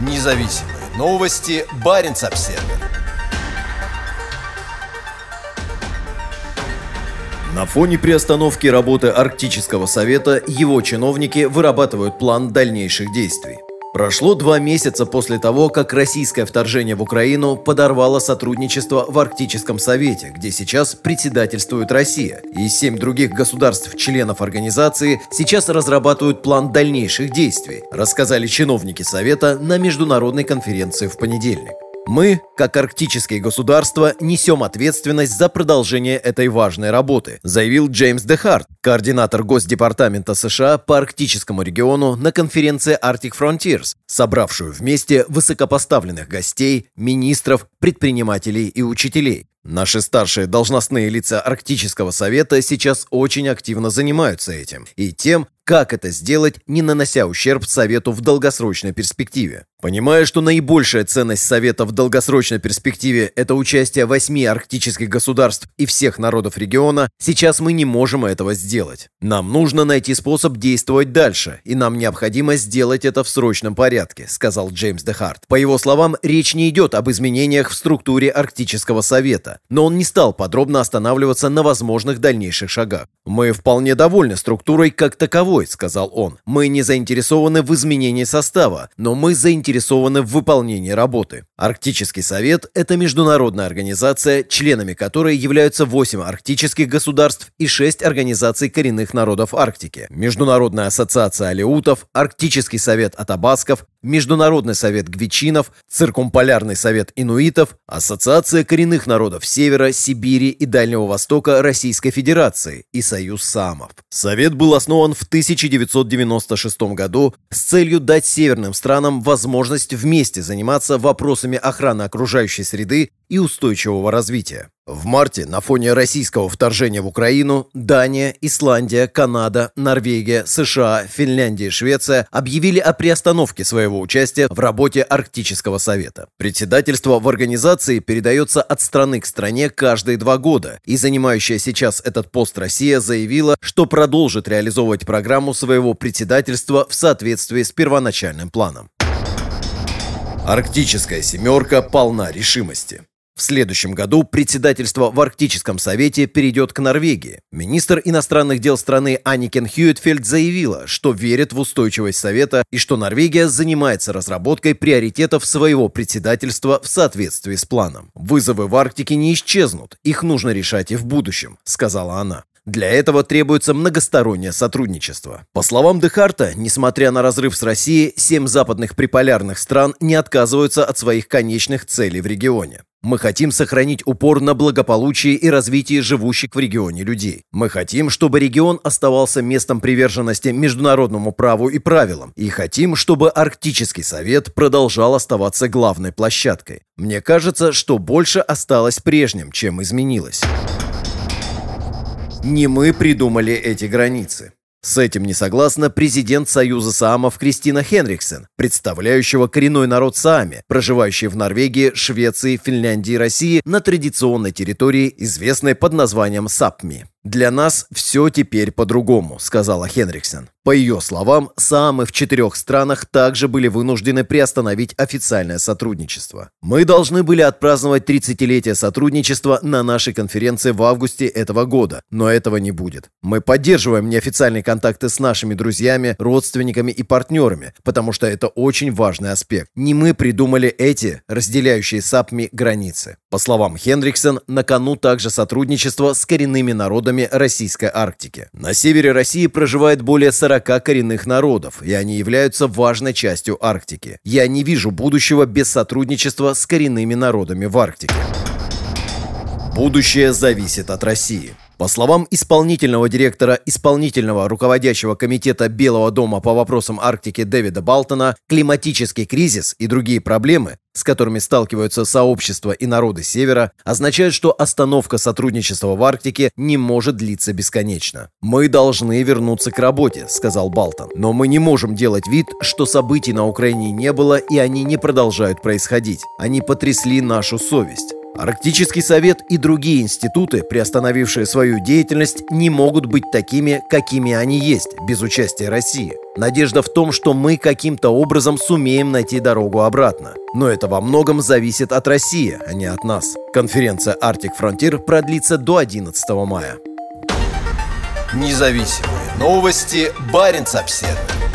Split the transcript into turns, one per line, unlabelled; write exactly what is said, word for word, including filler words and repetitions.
Независимые новости. Баренц-Обсервер.
На фоне приостановки работы Арктического совета его чиновники вырабатывают план дальнейших действий. Прошло два месяца после того, как российское вторжение в Украину подорвало сотрудничество в Арктическом совете, где сейчас председательствует Россия, и семь других государств-членов организации сейчас разрабатывают план дальнейших действий, рассказали чиновники совета на международной конференции в понедельник. Мы, как арктические государства, несем ответственность за продолжение этой важной работы, заявил Джеймс Дехарт, координатор Госдепартамента США по арктическому региону на конференции Arctic Frontiers, собравшую вместе высокопоставленных гостей, министров, предпринимателей и учителей. Наши старшие должностные лица Арктического совета сейчас очень активно занимаются этим и тем, как это сделать, не нанося ущерб Совету в долгосрочной перспективе. Понимая, что наибольшая ценность Совета в долгосрочной перспективе – это участие восьми арктических государств и всех народов региона, сейчас мы не можем этого сделать. Нам нужно найти способ действовать дальше, и нам необходимо сделать это в срочном порядке, сказал Джеймс Дехарт. По его словам, речь не идет об изменениях в структуре Арктического совета, но он не стал подробно останавливаться на возможных дальнейших шагах. «Мы вполне довольны структурой как таковой», — сказал он. «Мы не заинтересованы в изменении состава, но мы заинтересованы в выполнении работы. Арктический совет — это международная организация, членами которой являются восемь арктических государств и шесть организаций коренных народов Арктики. Международная ассоциация алеутов, Арктический совет атабасков, Международный совет гвичинов, Циркумполярный совет инуитов, Ассоциация коренных народов Севера, Сибири и Дальнего Востока Российской Федерации и Союз Саамов. Совет был основан в тысяча девятьсот девяносто шестом году с целью дать северным странам возможность вместе заниматься вопросами охраны окружающей среды и устойчивого развития. В марте на фоне российского вторжения в Украину Дания, Исландия, Канада, Норвегия, США, Финляндия и Швеция объявили о приостановке своего участия в работе Арктического совета. Председательство в организации передается от страны к стране каждые два года, и занимающая сейчас этот пост Россия заявила, что продолжит реализовывать программу своего председательства в соответствии с первоначальным планом. Арктическая семерка полна решимости. В следующем году председательство в Арктическом совете перейдет к Норвегии. Министр иностранных дел страны Анникен Хьюитфельд заявила, что верит в устойчивость совета и что Норвегия занимается разработкой приоритетов своего председательства в соответствии с планом. «Вызовы в Арктике не исчезнут, их нужно решать и в будущем», — сказала она. Для этого требуется многостороннее сотрудничество. По словам Дехарта, несмотря на разрыв с Россией, семь западных приполярных стран не отказываются от своих конечных целей в регионе. Мы хотим сохранить упор на благополучии и развитии живущих в регионе людей. Мы хотим, чтобы регион оставался местом приверженности международному праву и правилам. И хотим, чтобы Арктический совет продолжал оставаться главной площадкой. Мне кажется, что больше осталось прежним, чем изменилось. Не мы придумали эти границы. С этим не согласна президент Союза Саамов Кристина Хенриксен, представляющего коренной народ Саами, проживающий в Норвегии, Швеции, Финляндии и России на традиционной территории, известной под названием Сапми. «Для нас все теперь по-другому», — сказала Хенриксен. По ее словам, Саамы в четырех странах также были вынуждены приостановить официальное сотрудничество. «Мы должны были отпраздновать тридцатилетие сотрудничества на нашей конференции в августе этого года, но этого не будет. Мы поддерживаем неофициальные контакты с нашими друзьями, родственниками и партнерами, потому что это очень важный аспект. Не мы придумали эти, разделяющие Сапми, границы». По словам Хенриксен, на кону также сотрудничество с коренными народами Российской Арктики. На севере России проживает более сорока коренных народов, и они являются важной частью Арктики. Я не вижу будущего без сотрудничества с коренными народами в Арктике. Будущее зависит от России. По словам исполнительного директора исполнительного руководящего комитета Белого дома по вопросам Арктики Дэвида Балтона, климатический кризис и другие проблемы, с которыми сталкиваются сообщества и народы Севера, означают, что остановка сотрудничества в Арктике не может длиться бесконечно. «Мы должны вернуться к работе», — сказал Балтон. «Но мы не можем делать вид, что событий на Украине не было и они не продолжают происходить. Они потрясли нашу совесть». Арктический совет и другие институты, приостановившие свою деятельность, не могут быть такими, какими они есть, без участия России. Надежда в том, что мы каким-то образом сумеем найти дорогу обратно. Но это во многом зависит от России, а не от нас. Конференция Arctic Frontier продлится до одиннадцатого мая.
Независимые новости. Баренц-Обседный.